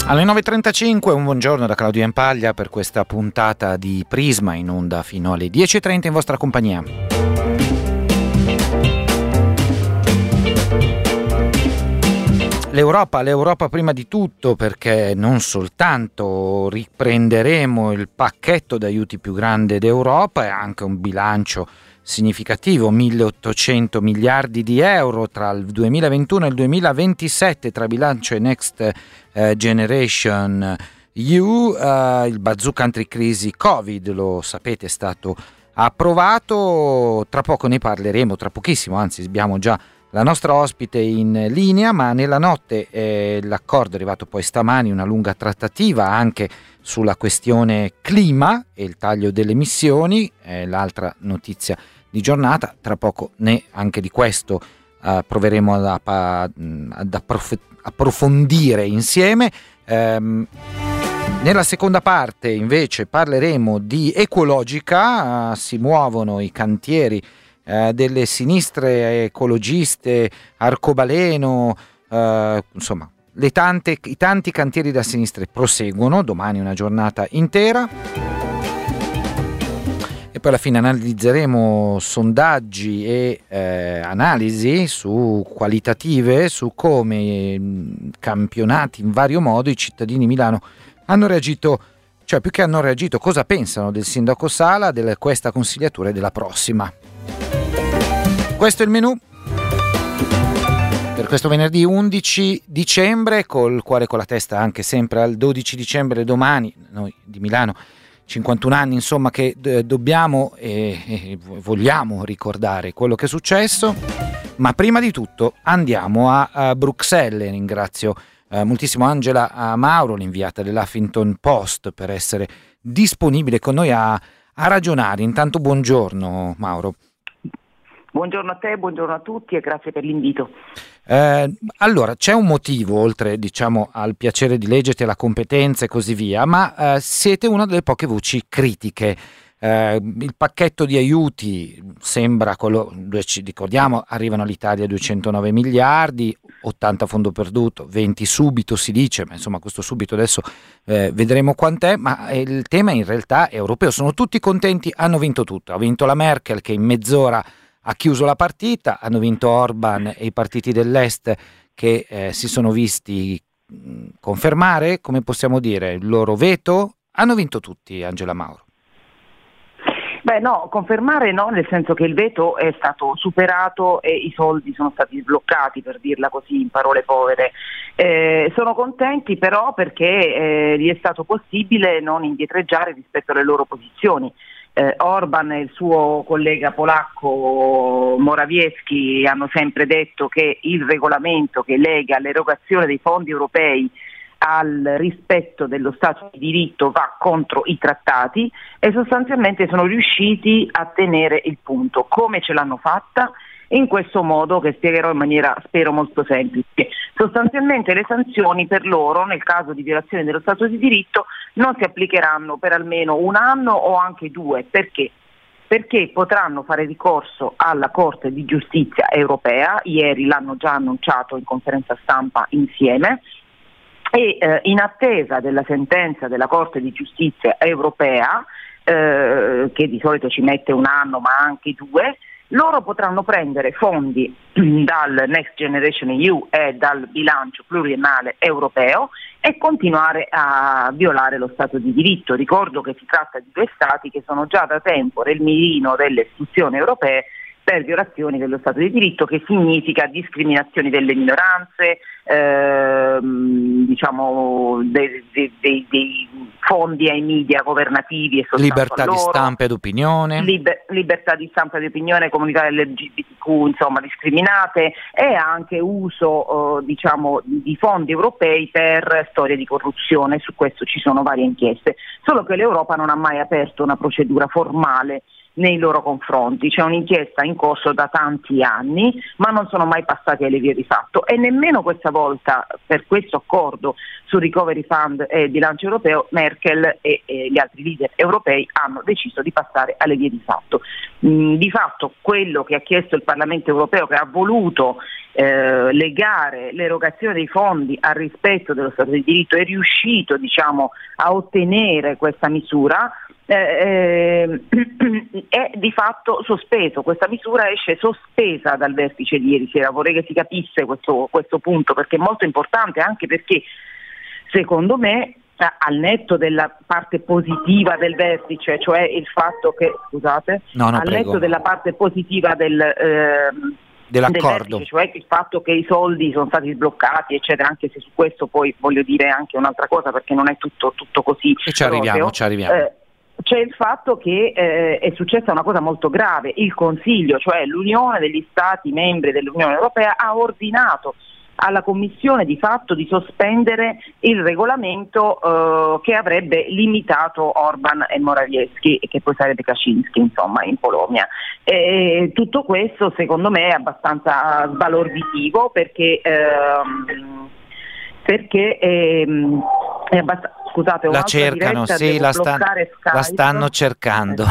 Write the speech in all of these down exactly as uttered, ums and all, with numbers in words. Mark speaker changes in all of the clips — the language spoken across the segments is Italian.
Speaker 1: Alle nove e trentacinque un buongiorno da Claudio Impaglia per questa puntata di Prisma in onda fino alle dieci e trenta in vostra compagnia. L'Europa, l'Europa prima di tutto, perché non soltanto riprenderemo il pacchetto d'aiuti più grande d'Europa e anche un bilancio significativo, milleottocento miliardi di euro tra il duemilaventuno e il duemilaventisette tra bilancio e Next Generation E U. Uh, il bazooka anticrisi Covid, lo sapete, è stato approvato. Tra poco ne parleremo, tra pochissimo, anzi abbiamo già la nostra ospite in linea, ma nella notte eh, l'accordo è arrivato poi stamani, una lunga trattativa anche sulla questione clima e il taglio delle emissioni, eh, l'altra notizia di giornata. Tra poco ne anche di questo eh, proveremo ad, ad approf- approfondire insieme. Ehm, nella seconda parte invece parleremo di ecologica, eh, si muovono i cantieri eh, delle sinistre ecologiste, arcobaleno, eh, insomma le tante, i tanti cantieri da sinistra proseguono, domani una giornata intera. E poi alla fine analizzeremo sondaggi e eh, analisi su qualitative su come mh, campionati in vario modo i cittadini di Milano hanno reagito, cioè più che hanno reagito, cosa pensano del sindaco Sala, di questa consigliatura e della prossima. Questo è il menù per questo venerdì undici dicembre, col cuore e con la testa anche sempre al dodici dicembre domani, noi di Milano cinquantuno anni insomma che d- dobbiamo e, e vogliamo ricordare quello che è successo, ma prima di tutto andiamo a, a Bruxelles. Ringrazio eh, moltissimo Angela Mauro, l'inviata dell'Huffington Post, per essere disponibile con noi a, a ragionare. Intanto buongiorno Mauro.
Speaker 2: Buongiorno a te, buongiorno a tutti e grazie per l'invito.
Speaker 1: Eh, allora, c'è un motivo, oltre diciamo al piacere di leggerti, alla competenza e così via, ma eh, siete una delle poche voci critiche. Eh, il pacchetto di aiuti sembra quello, ci ricordiamo, arrivano all'Italia duecentonove miliardi, ottanta fondo perduto, venti subito si dice, ma insomma questo subito adesso eh, vedremo quant'è, ma il tema in realtà è europeo. Sono tutti contenti, hanno vinto tutto, ha vinto la Merkel che in mezz'ora ha chiuso la partita, hanno vinto Orban e i partiti dell'Est che eh, si sono visti mh, confermare, come possiamo dire, il loro veto. Hanno vinto tutti, Angela Mauro.
Speaker 2: Beh no, confermare no, nel senso che il veto è stato superato e i soldi sono stati sbloccati, per dirla così in parole povere. Eh, sono contenti però perché eh, gli è stato possibile non indietreggiare rispetto alle loro posizioni. Eh, Orban e il suo collega polacco Morawiecki hanno sempre detto che il regolamento che lega l'erogazione dei fondi europei al rispetto dello Stato di diritto va contro i trattati e sostanzialmente sono riusciti a tenere il punto. Come ce l'hanno fatta? In questo modo che spiegherò in maniera spero molto semplice. Sostanzialmente le sanzioni per loro nel caso di violazione dello Stato di diritto non si applicheranno per almeno un anno o anche due. Perché? Perché potranno fare ricorso alla Corte di Giustizia europea, ieri l'hanno già annunciato in conferenza stampa insieme, e eh, in attesa della sentenza della Corte di Giustizia europea, eh, che di solito ci mette un anno ma anche due, loro potranno prendere fondi dal Next Generation E U e dal bilancio pluriennale europeo e continuare a violare lo Stato di diritto. Ricordo che si tratta di due Stati che sono già da tempo nel mirino delle istituzioni europee per violazioni dello Stato di diritto, che significa discriminazioni delle minoranze, ehm, diciamo dei, dei, dei, dei fondi ai media governativi e soltanto
Speaker 1: libertà di stampa ed opinione,
Speaker 2: liber, libertà di stampa ed opinione, comunità L G B T Q insomma discriminate, e anche uso eh, diciamo di fondi europei per storie di corruzione. Su questo ci sono varie inchieste, solo che l'Europa non ha mai aperto una procedura formale nei loro confronti. C'è un'inchiesta in corso da tanti anni, ma non sono mai passati alle vie di fatto, e nemmeno questa volta per questo accordo su Recovery Fund e bilancio europeo Merkel e, e gli altri leader europei hanno deciso di passare alle vie di fatto. Mm, di fatto quello che ha chiesto il Parlamento europeo, che ha voluto eh, legare l'erogazione dei fondi al rispetto dello Stato di diritto, è riuscito diciamo a ottenere questa misura, eh, è di fatto sospeso. Questa misura esce sospesa dal vertice di ieri sera. Vorrei che si capisse questo, questo punto, perché è molto importante, anche perché secondo me, al netto della parte positiva del vertice, cioè il fatto che, scusate,
Speaker 1: no, no,
Speaker 2: al
Speaker 1: prego.
Speaker 2: netto della parte positiva del, eh,
Speaker 1: dell'accordo,
Speaker 2: del vertice, cioè il fatto che i soldi sono stati sbloccati, eccetera, anche se su questo poi voglio dire anche un'altra cosa, perché non è tutto, tutto così.
Speaker 1: E ci arriviamo,
Speaker 2: roseo.
Speaker 1: ci arriviamo.
Speaker 2: Eh, C'è il fatto che eh, è successa una cosa molto grave. Il Consiglio, cioè l'Unione degli Stati membri dell'Unione Europea, ha ordinato alla Commissione di fatto di sospendere il regolamento eh, che avrebbe limitato Orban e Morawiecki, e che poi sarebbe Kaczynski, insomma, in Polonia. E tutto questo secondo me è abbastanza sbalorditivo, perché ehm, perché ehm, è abbastanza. Scusate,
Speaker 1: la cercano, sì, la, stan- la stanno cercando.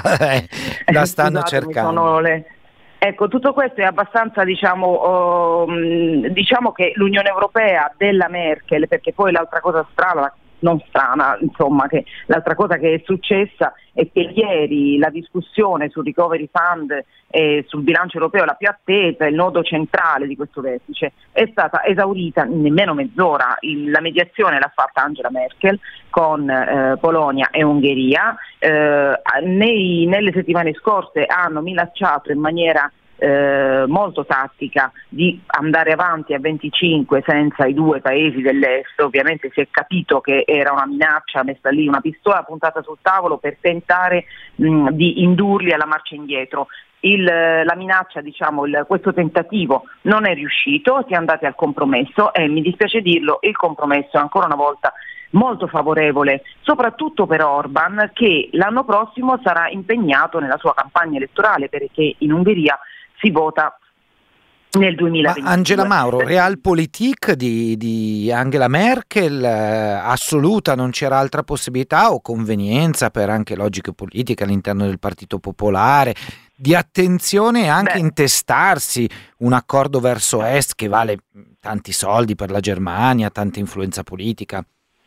Speaker 1: la stanno
Speaker 2: Scusate,
Speaker 1: cercando.
Speaker 2: Le... Ecco, tutto questo è abbastanza, diciamo, um, diciamo che l'Unione Europea della Merkel, perché poi l'altra cosa strana, non strana, insomma, che l'altra cosa che è successa è che ieri la discussione sul Recovery Fund e sul bilancio europeo, la più attesa, il nodo centrale di questo vertice, è stata esaurita in nemmeno mezz'ora. Il, la mediazione l'ha fatta Angela Merkel con eh, Polonia e Ungheria. Eh, nei, nelle settimane scorse hanno minacciato in maniera Eh, molto tattica di andare avanti a venticinque senza i due paesi dell'est. Ovviamente si è capito che era una minaccia messa lì, una pistola puntata sul tavolo per tentare mh, di indurli alla marcia indietro. Il, la minaccia, diciamo, il, questo tentativo non è riuscito, si è andati al compromesso e mi dispiace dirlo, il compromesso è ancora una volta molto favorevole, soprattutto per Orban, che l'anno prossimo sarà impegnato nella sua campagna elettorale, perché in Ungheria si vota nel duemilaventidue.
Speaker 1: Ma Angela Mauro, Realpolitik di, di Angela Merkel, eh, assoluta, non c'era altra possibilità o convenienza per anche logiche politiche all'interno del Partito Popolare di attenzione e anche Beh. intestarsi un accordo verso est che vale tanti soldi per la Germania, tanta influenza politica?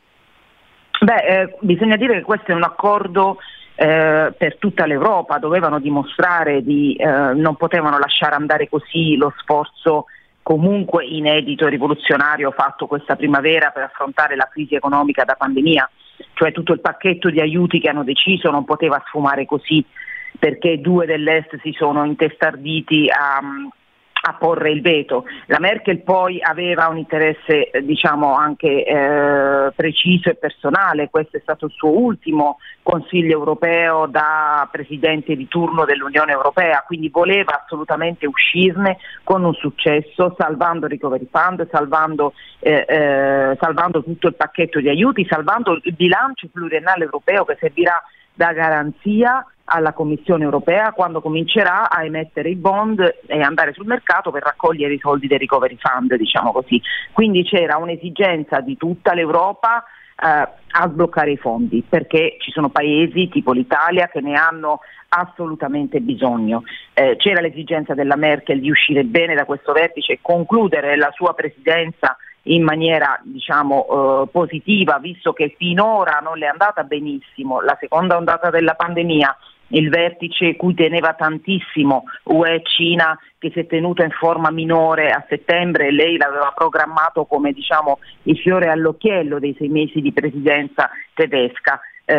Speaker 2: Beh, eh, bisogna dire che questo è un accordo Eh, per tutta l'Europa. Dovevano dimostrare di eh, non potevano lasciare andare così lo sforzo comunque inedito e rivoluzionario fatto questa primavera per affrontare la crisi economica da pandemia, cioè tutto il pacchetto di aiuti che hanno deciso non poteva sfumare così, perché due dell'est si sono intestarditi a a porre il veto. La Merkel poi aveva un interesse eh, diciamo anche eh, preciso e personale. Questo è stato il suo ultimo Consiglio europeo da Presidente di turno dell'Unione Europea, quindi voleva assolutamente uscirne con un successo, salvando il Recovery Fund, salvando, eh, eh, salvando tutto il pacchetto di aiuti, salvando il bilancio pluriennale europeo che servirà da garanzia alla Commissione europea quando comincerà a emettere i bond e andare sul mercato per raccogliere i soldi del Recovery Fund, diciamo così. Quindi c'era un'esigenza di tutta l'Europa eh, a sbloccare i fondi, perché ci sono paesi tipo l'Italia che ne hanno assolutamente bisogno. Eh, c'era l'esigenza della Merkel di uscire bene da questo vertice e concludere la sua presidenza in maniera diciamo eh, positiva, visto che finora non le è andata benissimo. La seconda ondata della pandemia, il vertice cui teneva tantissimo U E-Cina, che si è tenuto in forma minore a settembre, lei l'aveva programmato come diciamo il fiore all'occhiello dei sei mesi di presidenza tedesca. Eh,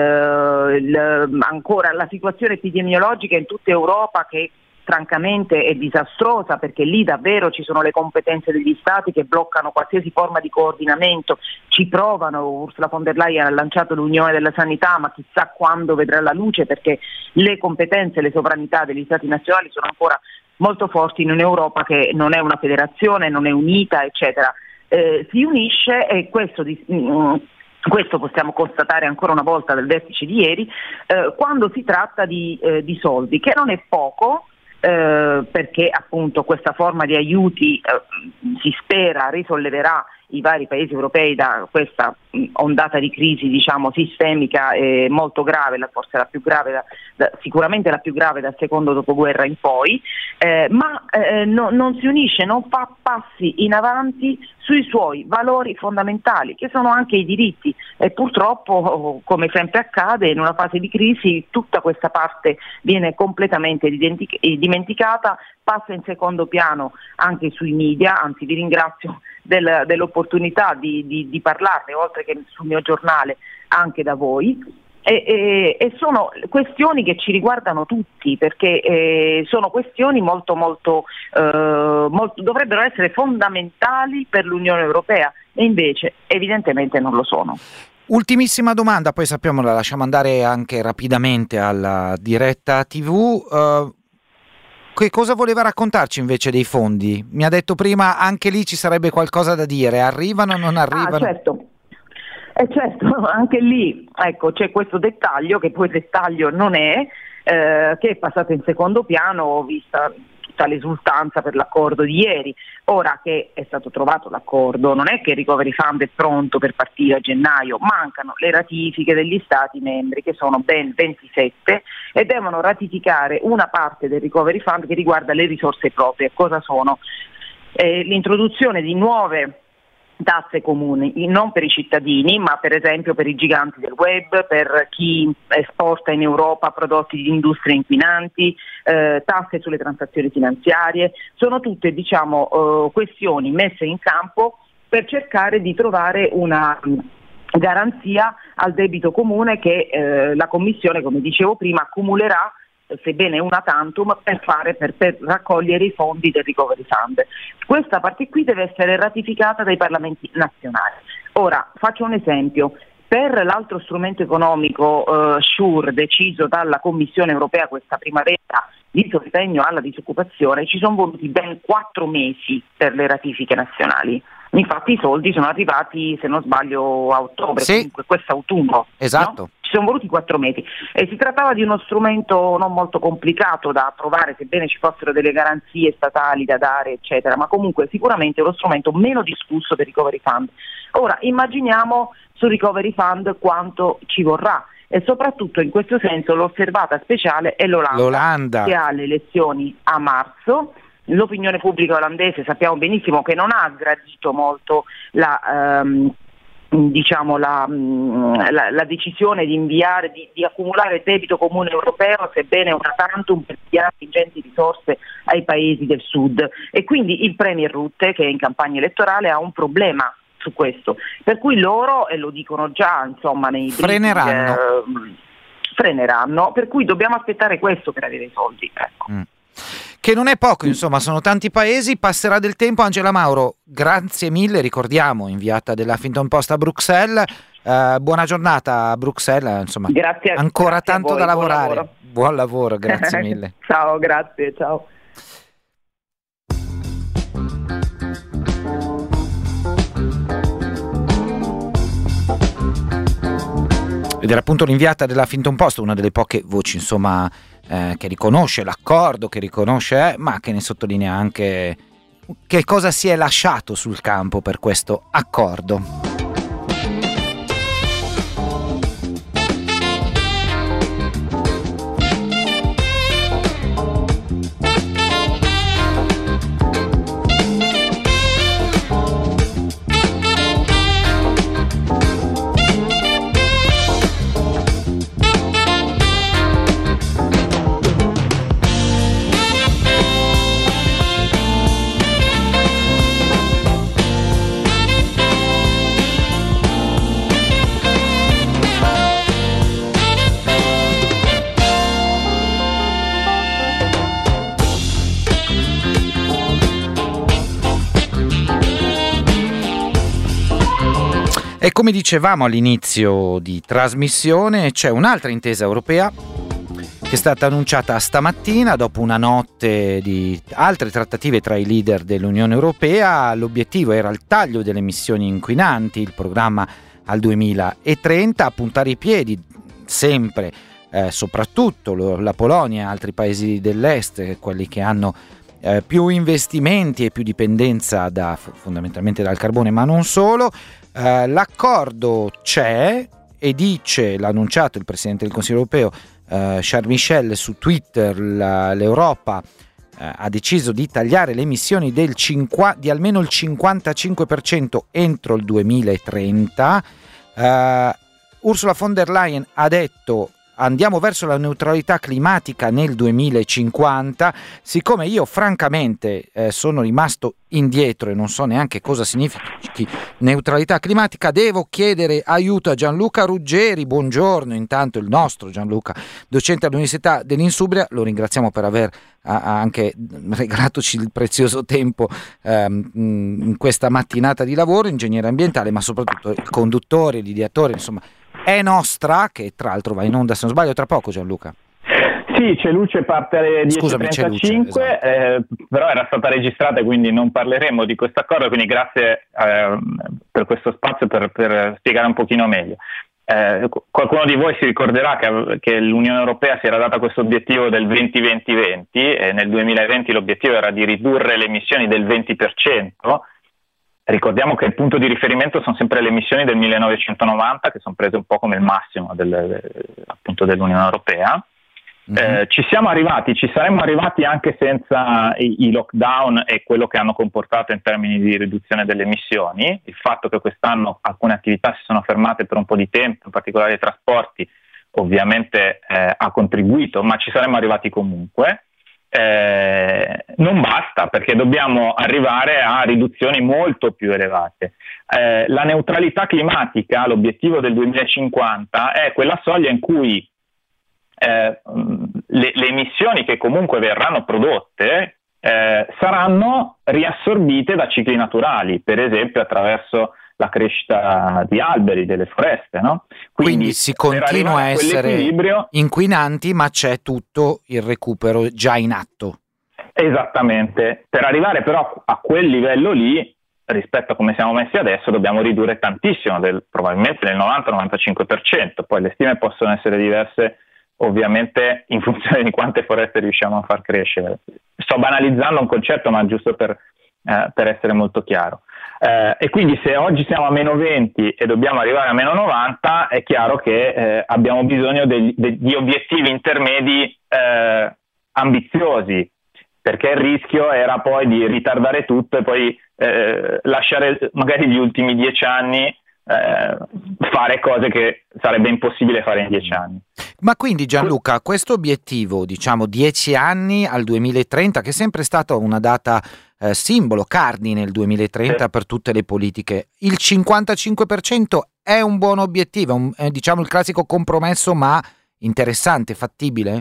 Speaker 2: il, ancora la situazione epidemiologica in tutta Europa, che francamente è disastrosa, perché lì davvero ci sono le competenze degli stati che bloccano qualsiasi forma di coordinamento. Ci provano, Ursula von der Leyen ha lanciato l'Unione della Sanità, ma chissà quando vedrà la luce, perché le competenze e le sovranità degli stati nazionali sono ancora molto forti in un'Europa che non è una federazione, non è unita, eccetera. Eh, si unisce e questo di, mm, Questo possiamo constatare ancora una volta dal vertice di ieri, eh, quando si tratta di, eh, di soldi, che non è poco, eh, perché appunto questa forma di aiuti eh, si spera risolleverà i vari paesi europei da questa ondata di crisi, diciamo, sistemica e molto grave, forse la più grave, da, da, sicuramente la più grave dal secondo dopoguerra in poi, eh, ma eh, no, non si unisce, non fa passi in avanti sui suoi valori fondamentali, che sono anche i diritti, e purtroppo, come sempre accade, in una fase di crisi tutta questa parte viene completamente dimenticata, passa in secondo piano anche sui media, anzi vi ringrazio del, dell'opportunità di, di, di parlarne, oltre che sul mio giornale, anche da voi. E, e, e sono questioni che ci riguardano tutti, perché eh, sono questioni molto molto, eh, molto dovrebbero essere fondamentali per l'Unione Europea, e invece evidentemente non lo sono.
Speaker 1: Ultimissima domanda, poi sappiamo la lasciamo andare anche rapidamente alla diretta tivù. Uh, che cosa voleva raccontarci invece dei fondi? Mi ha detto prima anche lì ci sarebbe qualcosa da dire, arrivano o non arrivano?
Speaker 2: Ah, certo. Eh certo, anche lì, ecco, c'è questo dettaglio, che poi dettaglio non è, eh, che è passato in secondo piano, vista tutta l'esultanza per l'accordo di ieri. Ora che è stato trovato l'accordo, non è che il Recovery Fund è pronto per partire a gennaio, mancano le ratifiche degli Stati membri, che sono ben ventisette, e devono ratificare una parte del Recovery Fund che riguarda le risorse proprie. Cosa sono? Eh, l'introduzione di nuove tasse comuni, non per i cittadini, ma per esempio per i giganti del web, per chi esporta in Europa prodotti di industrie inquinanti, eh, tasse sulle transazioni finanziarie. Sono tutte, diciamo, eh, questioni messe in campo per cercare di trovare una garanzia al debito comune che eh, la Commissione, come dicevo prima, accumulerà, sebbene una tantum, per fare per, per raccogliere i fondi del Recovery Fund. Questa parte qui deve essere ratificata dai parlamenti nazionali. Ora faccio un esempio: per l'altro strumento economico uh, SURE, deciso dalla Commissione europea questa primavera, di sostegno alla disoccupazione, ci sono voluti ben quattro mesi per le ratifiche nazionali. Infatti i soldi sono arrivati, se non sbaglio, a ottobre, sì, comunque quest'autunno.
Speaker 1: Esatto.
Speaker 2: No? Ci sono voluti quattro mesi e si trattava di uno strumento non molto complicato da approvare, sebbene ci fossero delle garanzie statali da dare, eccetera, ma comunque sicuramente è lo strumento meno discusso del Recovery Fund. Ora immaginiamo sul Recovery Fund quanto ci vorrà, e soprattutto in questo senso l'osservata speciale è l'Olanda,
Speaker 1: l'Olanda. che
Speaker 2: ha le elezioni a marzo. L'opinione pubblica olandese sappiamo benissimo che non ha gradito molto la, ehm, diciamo la, la, la decisione di inviare, di, di accumulare il debito comune europeo, sebbene una tantum per inviare ingenti risorse ai paesi del sud. E quindi il Premier Rutte, che è in campagna elettorale, ha un problema su questo, per cui loro, e lo dicono già, insomma, nei
Speaker 1: freneranno.
Speaker 2: Brief, eh, freneranno, per cui dobbiamo aspettare questo per avere i soldi, ecco.
Speaker 1: Mm. Che non è poco, insomma, sono tanti paesi, passerà del tempo. Angela Mauro, grazie mille, ricordiamo, inviata dell'Huffington Post a Bruxelles, eh, buona giornata a Bruxelles, insomma,
Speaker 2: grazie,
Speaker 1: ancora
Speaker 2: grazie
Speaker 1: tanto
Speaker 2: voi,
Speaker 1: da lavorare.
Speaker 2: Buon lavoro,
Speaker 1: buon lavoro, grazie mille.
Speaker 2: Ciao, grazie, ciao.
Speaker 1: Ed era appunto l'inviata dell'Huffington Post, una delle poche voci, insomma, eh, che riconosce l'accordo, che riconosce, eh, ma che ne sottolinea anche che cosa si è lasciato sul campo per questo accordo. E come dicevamo all'inizio di trasmissione, c'è un'altra intesa europea che è stata annunciata stamattina dopo una notte di altre trattative tra i leader dell'Unione Europea. L'obiettivo era il taglio delle emissioni inquinanti, il programma al duemilatrenta, a puntare i piedi sempre, eh, soprattutto lo, la Polonia e altri paesi dell'est, quelli che hanno eh, più investimenti e più dipendenza da, fondamentalmente dal carbone, ma non solo. Eh, l'accordo c'è e dice, l'ha annunciato il Presidente del Consiglio europeo eh, Charles Michel su Twitter, la, l'Europa eh, ha deciso di tagliare le emissioni del cinqu- di almeno il cinquantacinque per cento entro il duemilatrenta. Uh, Ursula von der Leyen ha detto andiamo verso la neutralità climatica nel duemilacinquanta. Siccome io francamente eh, sono rimasto indietro e non so neanche cosa significhi neutralità climatica, devo chiedere aiuto a Gianluca Ruggeri. Buongiorno intanto, il nostro Gianluca, docente all'Università dell'Insubria, lo ringraziamo per aver ha anche regalatoci il prezioso tempo ehm, in questa mattinata di lavoro, ingegnere ambientale, ma soprattutto il conduttore, l'ideatore, insomma, è nostra, che tra l'altro va in onda, se non sbaglio, tra poco, Gianluca.
Speaker 3: Sì, c'è luce, parte alle dieci e trentacinque,
Speaker 1: esatto.
Speaker 3: eh, però era stata registrata, quindi non parleremo di questo accordo, quindi grazie eh, per questo spazio per, per spiegare un pochino meglio. Eh, qualcuno di voi si ricorderà che, che l'Unione Europea si era data questo obiettivo del venti venti venti e nel duemilaventi l'obiettivo era di ridurre le emissioni del venti per cento. Ricordiamo che il punto di riferimento sono sempre le emissioni del millenovecentonovanta, che sono prese un po' come il massimo del, appunto dell'Unione Europea. Mm-hmm. Eh, ci siamo arrivati, ci saremmo arrivati anche senza i, i lockdown e quello che hanno comportato in termini di riduzione delle emissioni. Il fatto che quest'anno alcune attività si sono fermate per un po' di tempo, in particolare i trasporti, ovviamente eh, ha contribuito, ma ci saremmo arrivati comunque. Eh, non basta, perché dobbiamo arrivare a riduzioni molto più elevate. Eh, la neutralità climatica, l'obiettivo del duemilacinquanta, è quella soglia in cui Eh, le, le emissioni che comunque verranno prodotte eh, saranno riassorbite da cicli naturali, per esempio attraverso la crescita di alberi, delle foreste, no?
Speaker 1: Quindi, Quindi si continua a essere inquinanti, ma c'è tutto il recupero già in atto.
Speaker 3: Esattamente. Per arrivare però a quel livello lì, rispetto a come siamo messi adesso, dobbiamo ridurre tantissimo, del, probabilmente del novanta novantacinque per cento. Poi le stime possono essere diverse, ovviamente in funzione di quante foreste riusciamo a far crescere. Sto banalizzando un concetto, ma giusto per, eh, per essere molto chiaro. Eh, e quindi se oggi siamo a meno venti e dobbiamo arrivare a meno novanta, è chiaro che eh, abbiamo bisogno de- de- di obiettivi intermedi eh, ambiziosi, perché il rischio era poi di ritardare tutto e poi eh, lasciare magari gli ultimi dieci anni Eh, fare cose che sarebbe impossibile fare in dieci anni.
Speaker 1: Ma quindi Gianluca, questo obiettivo, diciamo dieci anni al duemilatrenta, che è sempre stata una data eh, simbolo, cardine il duemilatrenta sì. per tutte le politiche, il cinquantacinque per cento è un buon obiettivo, un, è diciamo il classico compromesso ma interessante, fattibile?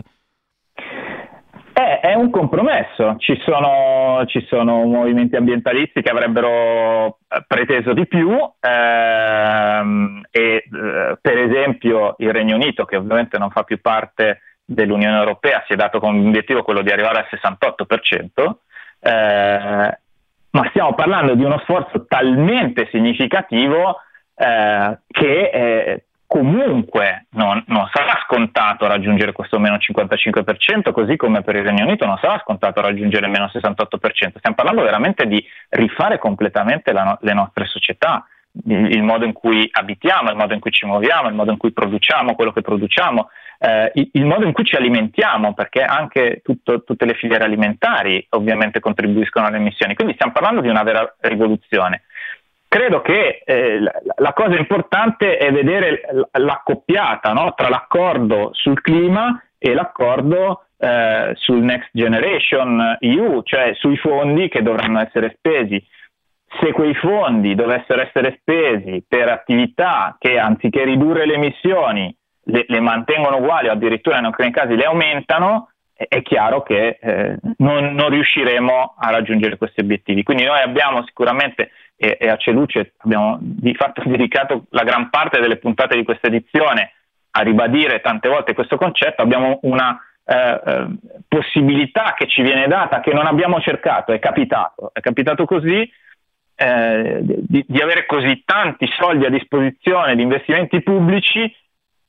Speaker 3: È, è un compromesso, ci sono, ci sono movimenti ambientalisti che avrebbero preteso di più ehm, e eh, per esempio il Regno Unito, che ovviamente non fa più parte dell'Unione Europea, si è dato come obiettivo quello di arrivare al sessantotto per cento, eh, ma stiamo parlando di uno sforzo talmente significativo eh, che eh, comunque non, non sarà scontato raggiungere questo meno cinquantacinque per cento, così come per il Regno Unito non sarà scontato raggiungere il meno sessantotto per cento. Stiamo parlando veramente di rifare completamente la no- le nostre società, il, il modo in cui abitiamo, il modo in cui ci muoviamo, il modo in cui produciamo quello che produciamo, eh, il, il modo in cui ci alimentiamo, perché anche tutto, tutte le filiere alimentari ovviamente contribuiscono alle emissioni. Quindi stiamo parlando di una vera rivoluzione. Credo che eh, la, la cosa importante è vedere l'accoppiata, no? Tra l'accordo sul clima e l'accordo eh, sul Next Generation E U, cioè sui fondi che dovranno essere spesi. Se quei fondi dovessero essere spesi per attività che anziché ridurre le emissioni le, le mantengono uguali o addirittura in alcuni casi le aumentano, è, è chiaro che eh, non, non riusciremo a raggiungere questi obiettivi. Quindi noi abbiamo sicuramente e, e a Celuce abbiamo di fatto dedicato la gran parte delle puntate di questa edizione a ribadire tante volte questo concetto. Abbiamo una eh, eh, possibilità che ci viene data, che non abbiamo cercato, è capitato, è capitato così, eh, di, di avere così tanti soldi a disposizione di investimenti pubblici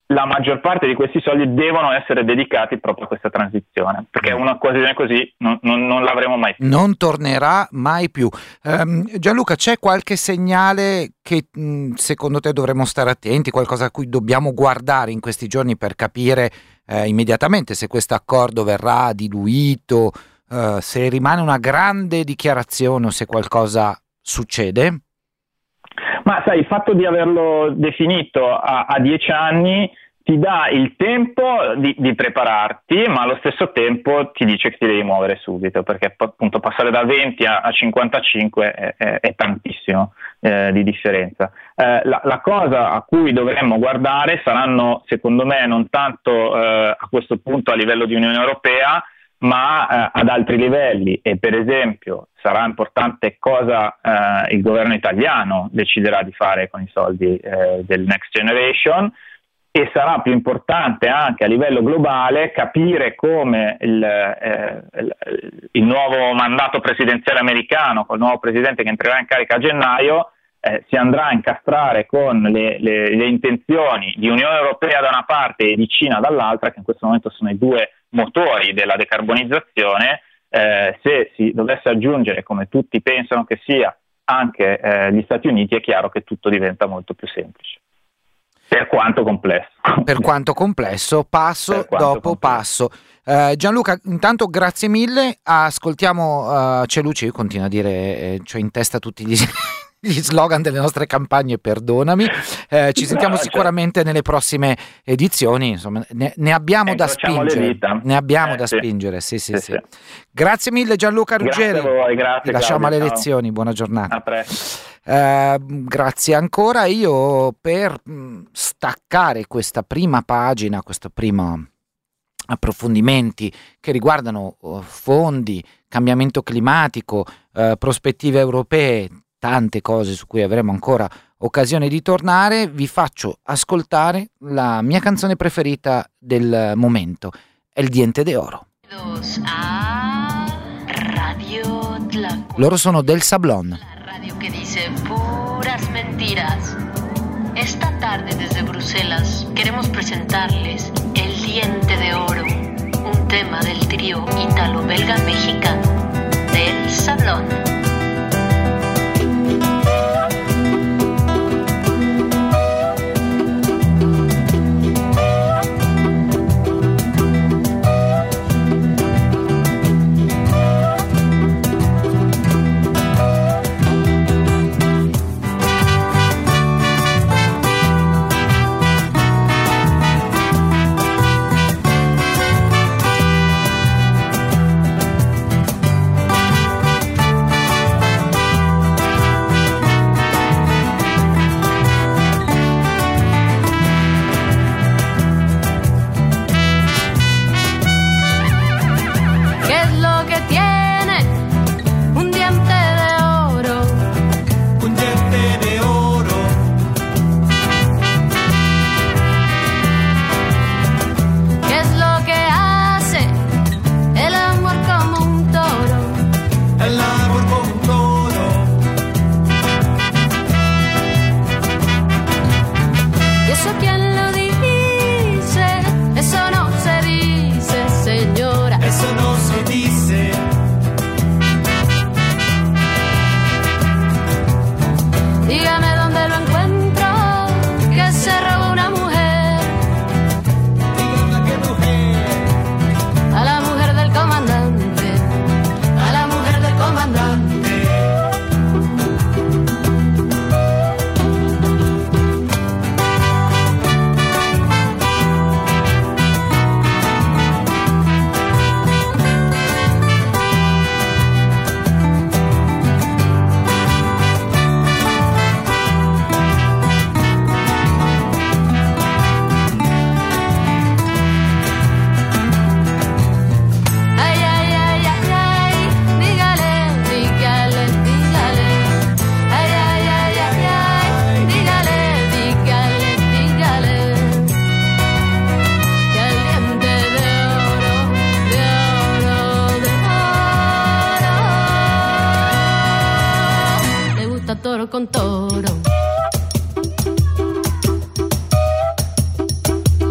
Speaker 3: la maggior parte di questi soldi devono essere dedicati proprio a questa transizione, perché un'occasione così non, non, non l'avremo mai più.
Speaker 1: Non tornerà mai più. Um, Gianluca, c'è qualche segnale che mh, secondo te dovremmo stare attenti, qualcosa a cui dobbiamo guardare in questi giorni per capire eh, immediatamente se questo accordo verrà diluito, uh, se rimane una grande dichiarazione o se qualcosa succede?
Speaker 3: Ma sai, il fatto di averlo definito a, a dieci anni ti dà il tempo di, di prepararti, ma allo stesso tempo ti dice che ti devi muovere subito, perché appunto passare da venti a, a cinquantacinque è, è, è tantissimo eh, di differenza. Eh, la, la cosa a cui dovremmo guardare saranno, secondo me, non tanto eh, a questo punto a livello di Unione Europea, ma eh, ad altri livelli, e per esempio sarà importante cosa eh, il governo italiano deciderà di fare con i soldi eh, del Next Generation, e sarà più importante anche a livello globale capire come il, eh, il nuovo mandato presidenziale americano, col nuovo presidente che entrerà in carica a gennaio, eh, si andrà a incastrare con le, le, le intenzioni di Unione Europea da una parte e di Cina dall'altra, che in questo momento sono i due motori della decarbonizzazione. Eh, se si dovesse aggiungere, come tutti pensano che sia, anche eh, gli Stati Uniti, è chiaro che tutto diventa molto più semplice. Per quanto complesso.
Speaker 1: Per quanto complesso, passo
Speaker 3: quanto
Speaker 1: dopo
Speaker 3: complesso.
Speaker 1: passo. Uh, Gianluca, intanto grazie mille, ascoltiamo uh, Celucci, io continuo a dire, eh, c'ho in testa tutti gli, gli slogan delle nostre campagne, perdonami, uh, ci sentiamo no, sicuramente cioè. nelle prossime edizioni, insomma, ne, ne abbiamo da spingere, ne abbiamo eh, da sì. spingere, sì sì, sì, sì. sì. Grazie mille Gianluca Ruggeri,
Speaker 3: grazie a voi, grazie,
Speaker 1: ti lasciamo
Speaker 3: Claudio,
Speaker 1: alle
Speaker 3: ciao.
Speaker 1: lezioni, buona giornata.
Speaker 3: A presto.
Speaker 1: Uh, grazie ancora. Io per mh, staccare questa prima pagina, questo primo approfondimenti che riguardano uh, fondi, cambiamento climatico, uh, prospettive europee, tante cose su cui avremo ancora occasione di tornare, vi faccio ascoltare la mia canzone preferita del momento, El Diente de Oro. Loro sono Del Sablón.
Speaker 4: Que dice puras mentiras. Esta tarde desde Bruselas queremos presentarles El Diente de Oro, un tema del trío ítalo-belga mexicano Del Sablón.
Speaker 5: Con toro.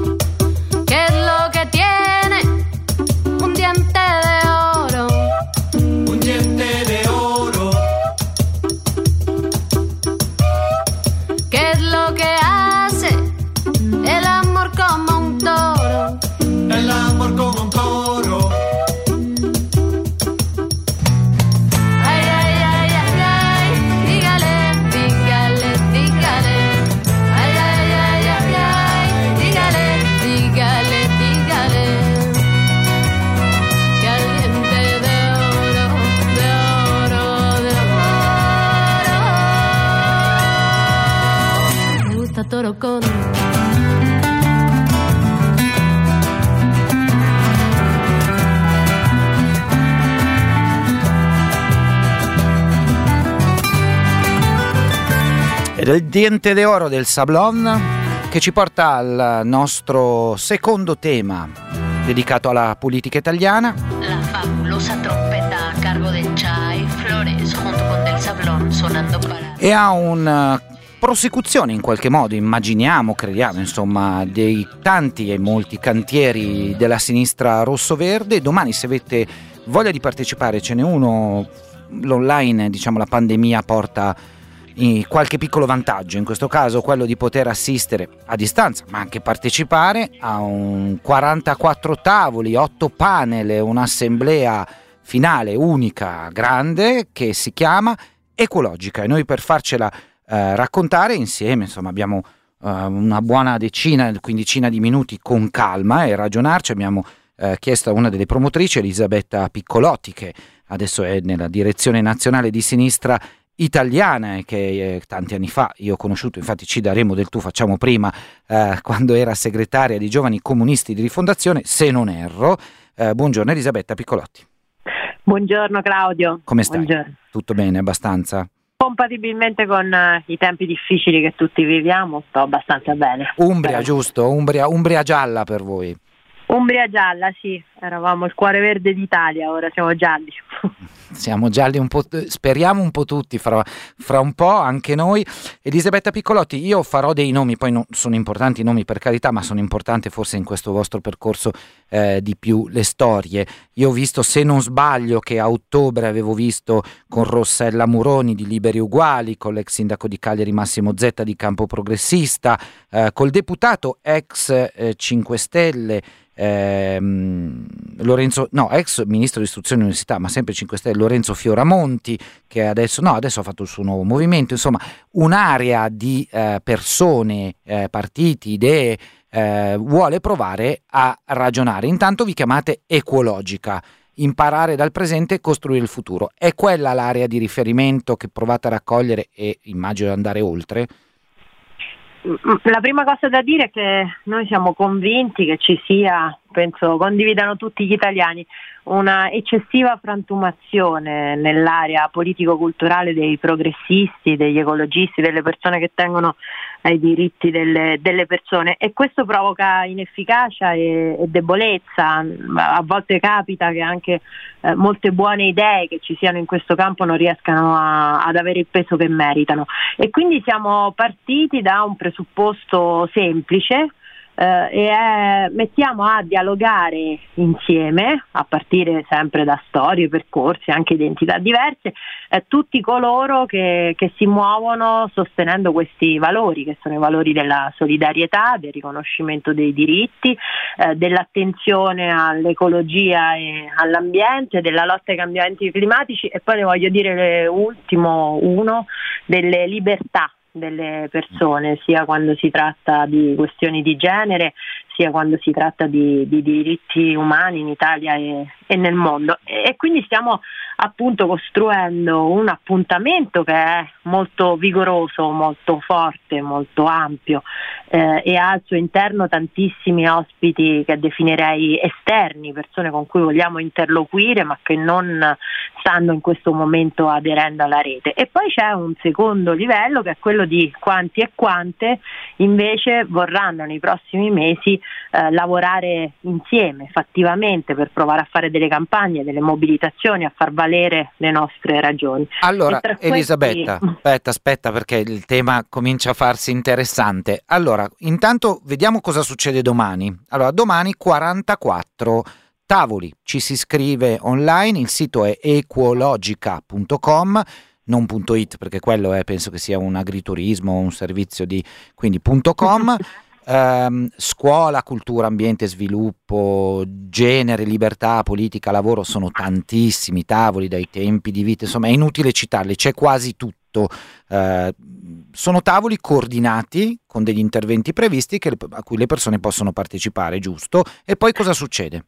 Speaker 1: Ed è il Diente d'Oro del Sablon che ci porta al nostro secondo tema dedicato alla politica italiana.
Speaker 4: La fabulosa trompeta a cargo del Chai Flores junto con del Sablon suonando para.
Speaker 1: E ha una prosecuzione in qualche modo, immaginiamo, crediamo, insomma, dei tanti e molti cantieri della sinistra rosso-verde. Domani, se avete voglia di partecipare, ce n'è uno, l'online, diciamo, la pandemia porta qualche piccolo vantaggio, in questo caso quello di poter assistere a distanza ma anche partecipare a un quarantaquattro tavoli, otto panel, un'assemblea finale unica, grande, che si chiama Ecologica, e noi per farcela eh, raccontare insieme, insomma, abbiamo eh, una buona decina, quindicina di minuti con calma e ragionarci. Abbiamo eh, chiesto a una delle promotrici, Elisabetta Piccolotti, che adesso è nella direzione nazionale di sinistra italiana e che eh, tanti anni fa io ho conosciuto, infatti ci daremo del tu, facciamo prima, eh, quando era segretaria di Giovani Comunisti di Rifondazione, se non erro. Eh, buongiorno Elisabetta Piccolotti.
Speaker 5: Buongiorno Claudio.
Speaker 1: Come stai?
Speaker 5: Buongiorno.
Speaker 1: Tutto bene, abbastanza?
Speaker 5: Compatibilmente con uh, i tempi difficili che tutti viviamo, sto abbastanza bene.
Speaker 1: Umbria,
Speaker 5: Però.
Speaker 1: giusto? Umbria, Umbria gialla per voi.
Speaker 5: Umbria gialla, sì, eravamo il cuore verde d'Italia, ora siamo gialli.
Speaker 1: Siamo gialli un po', speriamo un po' tutti, fra, fra un po' anche noi. Elisabetta Piccolotti, io farò dei nomi, poi non sono importanti i nomi per carità, ma sono importanti forse in questo vostro percorso eh, di più le storie. Io ho visto, se non sbaglio, che a ottobre avevo visto con Rossella Muroni di Liberi Uguali, con l'ex sindaco di Cagliari Massimo Zetta di Campo Progressista, eh, col deputato ex eh, cinque Stelle Ehm, Lorenzo, no, ex ministro di istruzione e università, ma sempre cinque Stelle, Lorenzo Fioramonti, che adesso, no, adesso ha fatto il suo nuovo movimento. Insomma, un'area di eh, persone, eh, partiti, idee, eh, vuole provare a ragionare. Intanto vi chiamate Ecologica, imparare dal presente e costruire il futuro. È quella l'area di riferimento che provate a raccogliere e immagino andare oltre?
Speaker 5: La prima cosa da dire è che noi siamo convinti che ci sia, penso condividano tutti gli italiani, una eccessiva frantumazione nell'area politico-culturale dei progressisti, degli ecologisti, delle persone che tengono ai diritti delle, delle persone, e questo provoca inefficacia e, e debolezza. A volte capita che anche eh, molte buone idee che ci siano in questo campo non riescano a, ad avere il peso che meritano, e quindi siamo partiti da un presupposto semplice. Uh, e eh, mettiamo a dialogare insieme, a partire sempre da storie, percorsi, anche identità diverse, eh, tutti coloro che, che si muovono sostenendo questi valori, che sono i valori della solidarietà, del riconoscimento dei diritti, eh, dell'attenzione all'ecologia e all'ambiente, della lotta ai cambiamenti climatici, e poi ne voglio dire l'ultimo uno, delle libertà delle persone, sia quando si tratta di questioni di genere, sia quando si tratta di, di diritti umani in Italia e, e nel mondo. E, e quindi stiamo appunto costruendo un appuntamento che è molto vigoroso, molto forte, molto ampio, eh, e ha al suo interno tantissimi ospiti che definirei esterni, persone con cui vogliamo interloquire ma che non stanno in questo momento aderendo alla rete. E poi c'è un secondo livello, che è quello di quanti e quante invece vorranno nei prossimi mesi eh, lavorare insieme, fattivamente, per provare a fare delle campagne, delle mobilitazioni, a far valere le nostre ragioni.
Speaker 1: Allora,
Speaker 5: questi...
Speaker 1: Elisabetta, aspetta, aspetta, perché il tema comincia a farsi interessante. Allora, intanto vediamo cosa succede domani. Allora, domani quarantaquattro tavoli, ci si iscrive online, il sito è ecologica punto com, non .it, perché quello è, penso che sia un agriturismo, un servizio di, quindi .com. Um, scuola, cultura, ambiente, sviluppo, genere, libertà, politica, lavoro, sono tantissimi tavoli, dai tempi di vita, insomma è inutile citarli, c'è quasi tutto. Uh, sono tavoli coordinati con degli interventi previsti che, a cui le persone possono partecipare, giusto? E poi cosa succede?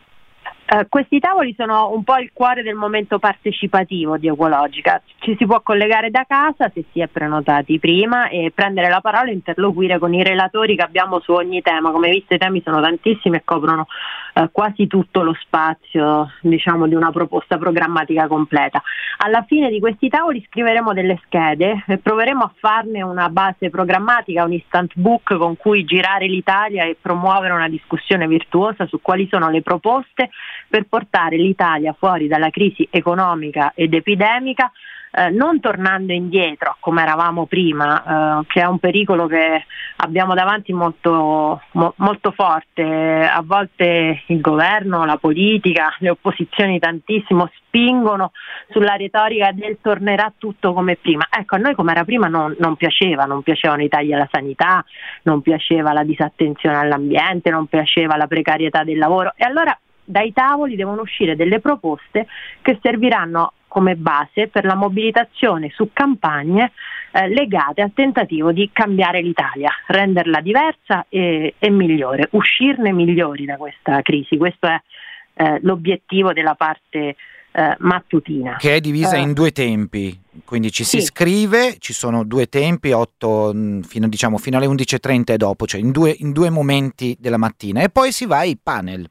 Speaker 5: Uh, questi tavoli sono un po' il cuore del momento partecipativo di Ecologica. Ci si può collegare da casa se si è prenotati prima e prendere la parola e interloquire con i relatori che abbiamo su ogni tema. Come visto, i temi sono tantissimi e coprono eh, quasi tutto lo spazio, diciamo, di una proposta programmatica completa. Alla fine di questi tavoli scriveremo delle schede e proveremo a farne una base programmatica, un instant book con cui girare l'Italia e promuovere una discussione virtuosa su quali sono le proposte per portare l'Italia fuori dalla crisi economica ed epidemica, eh, non tornando indietro come eravamo prima, eh, che è un pericolo che abbiamo davanti molto, mo, molto forte. A volte il governo, la politica, le opposizioni tantissimo spingono sulla retorica del tornerà tutto come prima. Ecco, a noi come era prima non, non piaceva, non piacevano i tagli alla sanità, non piaceva la disattenzione all'ambiente, non piaceva la precarietà del lavoro, e allora dai tavoli devono uscire delle proposte che serviranno come base per la mobilitazione su campagne eh, legate al tentativo di cambiare l'Italia, renderla diversa e, e migliore, uscirne migliori da questa crisi. Questo è eh, l'obiettivo della parte eh, mattutina.
Speaker 1: Che è divisa
Speaker 5: eh,
Speaker 1: in due tempi, quindi ci si
Speaker 5: sì.
Speaker 1: scrive, ci sono due tempi, otto fino, diciamo, fino alle undici e trenta e dopo, cioè in due, in due momenti della mattina, e poi si va ai panel.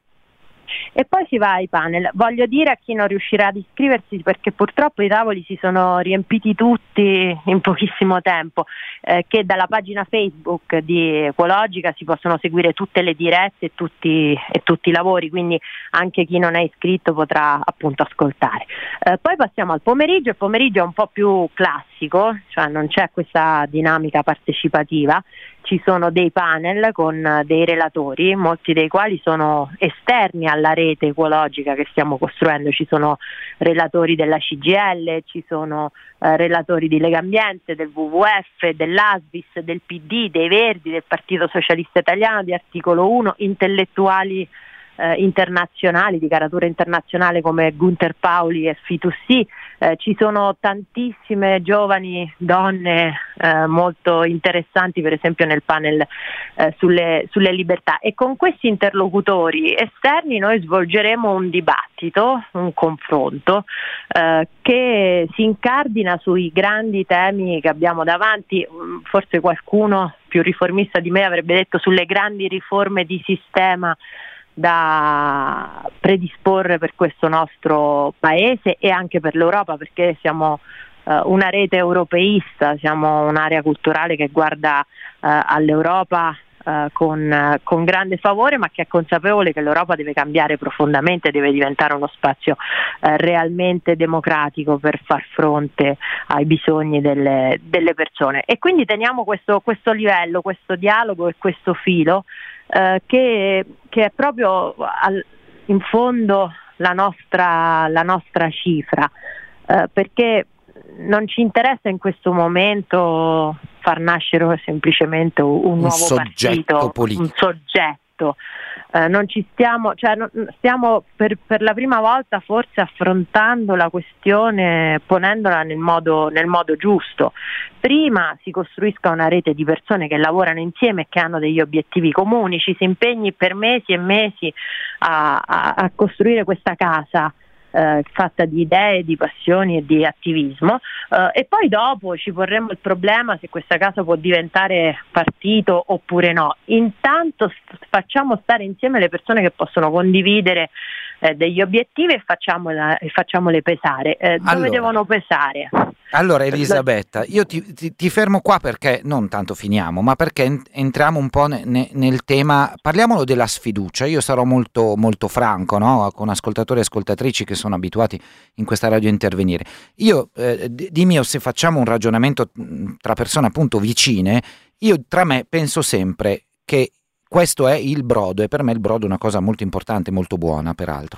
Speaker 5: E poi si va ai panel. Voglio dire a chi non riuscirà ad iscriversi, perché purtroppo i tavoli si sono riempiti tutti in pochissimo tempo, eh, che dalla pagina Facebook di Ecologica si possono seguire tutte le dirette e tutti, e tutti i lavori, quindi anche chi non è iscritto potrà appunto ascoltare. Eh, poi passiamo al pomeriggio. Il pomeriggio è un po' più classico, cioè non c'è questa dinamica partecipativa. Ci sono dei panel con dei relatori, molti dei quali sono esterni alla rete ecologica che stiamo costruendo. Ci sono relatori della C G I L, ci sono eh, relatori di Legambiente, del W W F, dell'A S V I S, del P D, dei Verdi, del Partito Socialista Italiano, di Articolo uno, intellettuali eh, internazionali, di caratura internazionale come Gunther Pauli e F due C. Eh, ci sono tantissime giovani donne eh, molto interessanti, per esempio nel panel eh, sulle, sulle libertà, e con questi interlocutori esterni noi svolgeremo un dibattito, un confronto eh, che si incardina sui grandi temi che abbiamo davanti. Forse qualcuno più riformista di me avrebbe detto sulle grandi riforme di sistema da predisporre per questo nostro paese e anche per l'Europa, perché siamo uh, una rete europeista, siamo un'area culturale che guarda uh, all'Europa uh, con, uh, con grande favore, ma che è consapevole che l'Europa deve cambiare profondamente, deve diventare uno spazio uh, realmente democratico per far fronte ai bisogni delle, delle persone. E quindi teniamo questo, questo livello, questo dialogo e questo filo Uh, che, che è proprio al, in fondo la nostra, la nostra cifra, uh, perché non ci interessa in questo momento far nascere semplicemente un, un nuovo
Speaker 1: soggetto
Speaker 5: partito,
Speaker 1: politico.
Speaker 5: un soggetto. Uh, non ci stiamo, cioè non, stiamo per, per la prima volta forse affrontando la questione, ponendola nel modo, nel modo giusto. Prima si costruisca una rete di persone che lavorano insieme e che hanno degli obiettivi comuni, ci si impegni per mesi e mesi a, a, a costruire questa casa eh, fatta di idee, di passioni e di attivismo, eh, e poi dopo ci porremo il problema se questa casa può diventare partito oppure no. Intanto st- facciamo stare insieme le persone che possono condividere eh, degli obiettivi e facciamola, e facciamole pesare. Eh, dove
Speaker 1: allora,
Speaker 5: devono pesare?
Speaker 1: Allora Elisabetta, io ti, ti, ti fermo qua perché non tanto finiamo, ma perché en- entriamo un po' ne- ne- nel tema, parliamolo della sfiducia. Io sarò molto, molto franco, no? Con ascoltatori e ascoltatrici che sono abituati in questa radio a intervenire. Io, eh, di mio, se facciamo un ragionamento tra persone appunto vicine, io tra me penso sempre che questo è il brodo, e per me il brodo è una cosa molto importante, molto buona peraltro,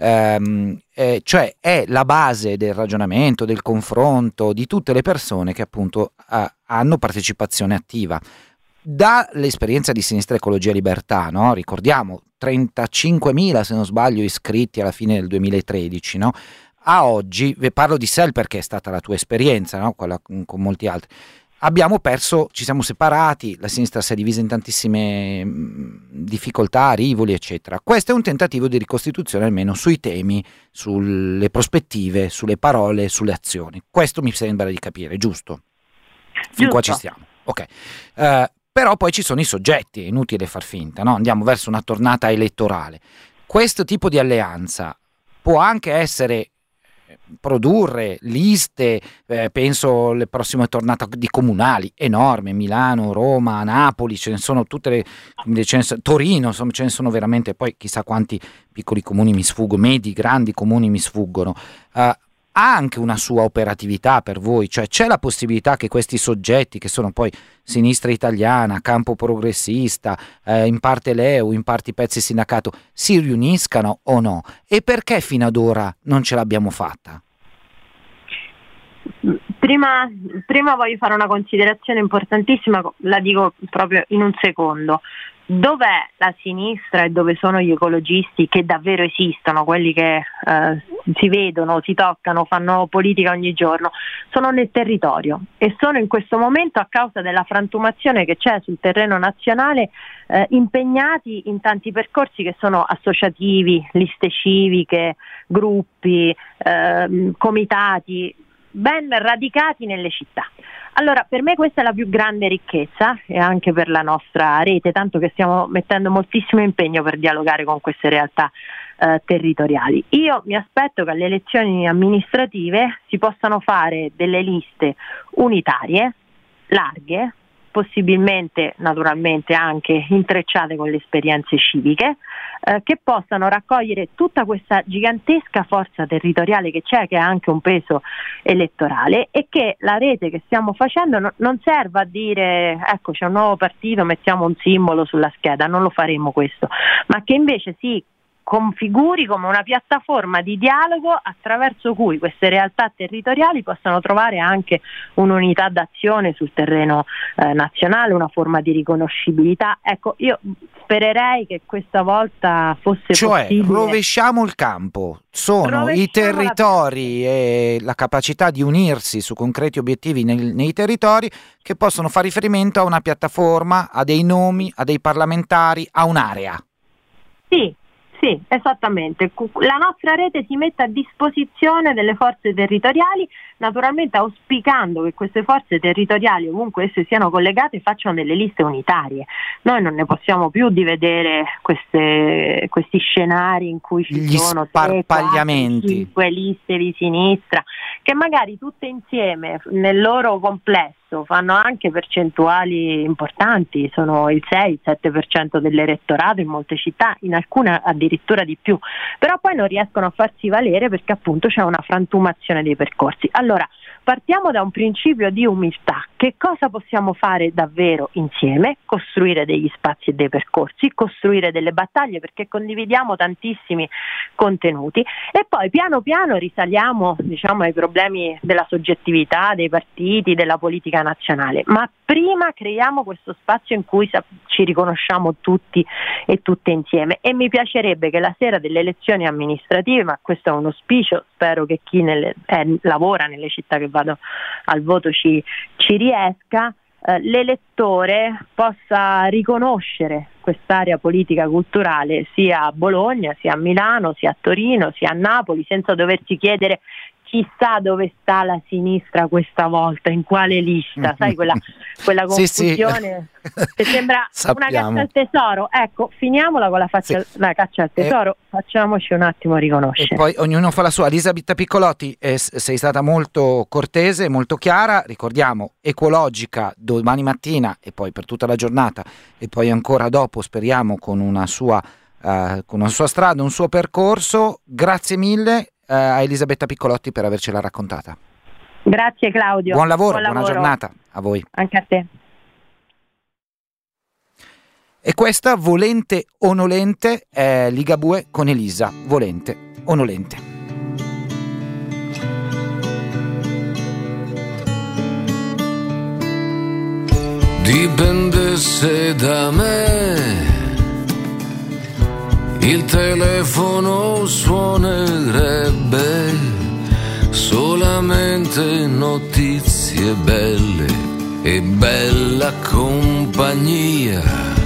Speaker 1: ehm, eh, cioè è la base del ragionamento, del confronto di tutte le persone che appunto ha, hanno partecipazione attiva. Dall'esperienza di Sinistra Ecologia e Libertà, no? Ricordiamo trentacinquemila se non sbaglio iscritti alla fine del duemilatredici, no? A oggi, parlo di S E L perché è stata la tua esperienza, no? Quella con, con molti altri. Abbiamo perso, ci siamo separati, la sinistra si è divisa in tantissime mh, difficoltà, rivoli, eccetera. Questo è un tentativo di ricostituzione almeno sui temi, sulle prospettive, sulle parole, sulle azioni. Questo mi sembra di capire, giusto? Fin
Speaker 5: Giusto.
Speaker 1: qua ci stiamo. Ok. Uh, però poi ci sono i soggetti, è inutile far finta, no? Andiamo verso una tornata elettorale. questo tipo di alleanza può anche essere produrre liste, eh, penso alle prossime tornate di comunali enorme, Milano, Roma, Napoli, ce ne sono tutte le, ce ne sono, Torino, insomma ce ne sono veramente, poi chissà quanti piccoli comuni mi sfuggono, medi, grandi comuni mi sfuggono. Uh, ha anche una sua operatività per voi, cioè c'è la possibilità che questi soggetti, che sono poi Sinistra Italiana, Campo Progressista, eh, in parte l'E U, in parte i pezzi sindacato, si riuniscano o no? E perché fino ad ora non ce l'abbiamo fatta?
Speaker 5: Prima, prima voglio fare una considerazione importantissima, la dico proprio in un secondo. Dov'è la sinistra e dove sono gli ecologisti che davvero esistono, quelli che eh, si vedono, si toccano, fanno politica ogni giorno? Sono nel territorio e sono in questo momento, a causa della frantumazione che c'è sul terreno nazionale, eh, impegnati in tanti percorsi che sono associativi, liste civiche, gruppi, eh, comitati, ben radicati nelle città. Allora, per me questa è la più grande ricchezza e anche per la nostra rete, tanto che stiamo mettendo moltissimo impegno per dialogare con queste realtà eh, territoriali. Io mi aspetto che alle elezioni amministrative si possano fare delle liste unitarie, larghe, possibilmente naturalmente anche intrecciate con le esperienze civiche, eh, che possano raccogliere tutta questa gigantesca forza territoriale che c'è, che ha anche un peso elettorale, e che la rete che stiamo facendo no, non serva a dire ecco c'è un nuovo partito, mettiamo un simbolo sulla scheda, non lo faremo questo, ma che invece si configuri come una piattaforma di dialogo attraverso cui queste realtà territoriali possano trovare anche un'unità d'azione sul terreno eh, nazionale, una forma di riconoscibilità. Ecco, io spererei che questa volta fosse
Speaker 1: cioè,
Speaker 5: possibile.
Speaker 1: Cioè, rovesciamo il campo, sono
Speaker 5: rovesciamo
Speaker 1: i territori la... e la capacità di unirsi su concreti obiettivi nei, nei territori che possono fare riferimento a una piattaforma, a dei nomi, a dei parlamentari, a un'area.
Speaker 5: Sì. Sì, esattamente. La nostra rete si mette a disposizione delle forze territoriali, naturalmente auspicando che queste forze territoriali, ovunque esse siano collegate, facciano delle liste unitarie. Noi non ne possiamo più di vedere queste, questi scenari in cui ci
Speaker 1: Gli
Speaker 5: sono
Speaker 1: sparpagliamenti,
Speaker 5: tre, quattro, cinque liste di sinistra, che magari tutte insieme nel loro complesso fanno anche percentuali importanti, sono il sei, il sette per cento dell'elettorato in molte città, in alcune addirittura di più, però poi non riescono a farsi valere perché appunto c'è una frantumazione dei percorsi. Allora, partiamo da un principio di umiltà. Che cosa possiamo fare davvero insieme? Costruire degli spazi e dei percorsi, costruire delle battaglie, perché condividiamo tantissimi contenuti, e poi piano piano risaliamo, diciamo, ai problemi della soggettività, dei partiti, della politica nazionale. Ma prima creiamo questo spazio in cui ci riconosciamo tutti e tutte insieme, e mi piacerebbe che la sera delle elezioni amministrative, ma questo è un auspicio, spero che chi nelle, eh, lavora nelle città che vado al voto ci, ci riesca, eh, l'elettore possa riconoscere quest'area politica culturale sia a Bologna, sia a Milano, sia a Torino, sia a Napoli, senza doversi chiedere chissà dove sta la sinistra questa volta, in quale lista, sai quella, quella confusione sì, sì. che sembra
Speaker 1: Sappiamo.
Speaker 5: Una caccia al tesoro. Ecco, finiamola con la, faccia, sì. la caccia al tesoro, eh, facciamoci un attimo riconoscere.
Speaker 1: E poi ognuno fa la sua. Elisabetta Piccolotti, eh, sei stata molto cortese, molto chiara, ricordiamo, ecologica domani mattina e poi per tutta la giornata e poi ancora dopo, speriamo, con una sua, uh, con una sua strada, un suo percorso. Grazie mille a Elisabetta Piccolotti per avercela raccontata.
Speaker 5: Grazie Claudio.
Speaker 1: Buon lavoro,
Speaker 5: Buon
Speaker 1: buona
Speaker 5: lavoro.
Speaker 1: giornata a voi.
Speaker 5: Anche a te.
Speaker 1: E questa, volente o nolente, è Ligabue con Elisa, volente o nolente.
Speaker 6: Dipendesse da me, il telefono suonerebbe solamente notizie belle e bella compagnia.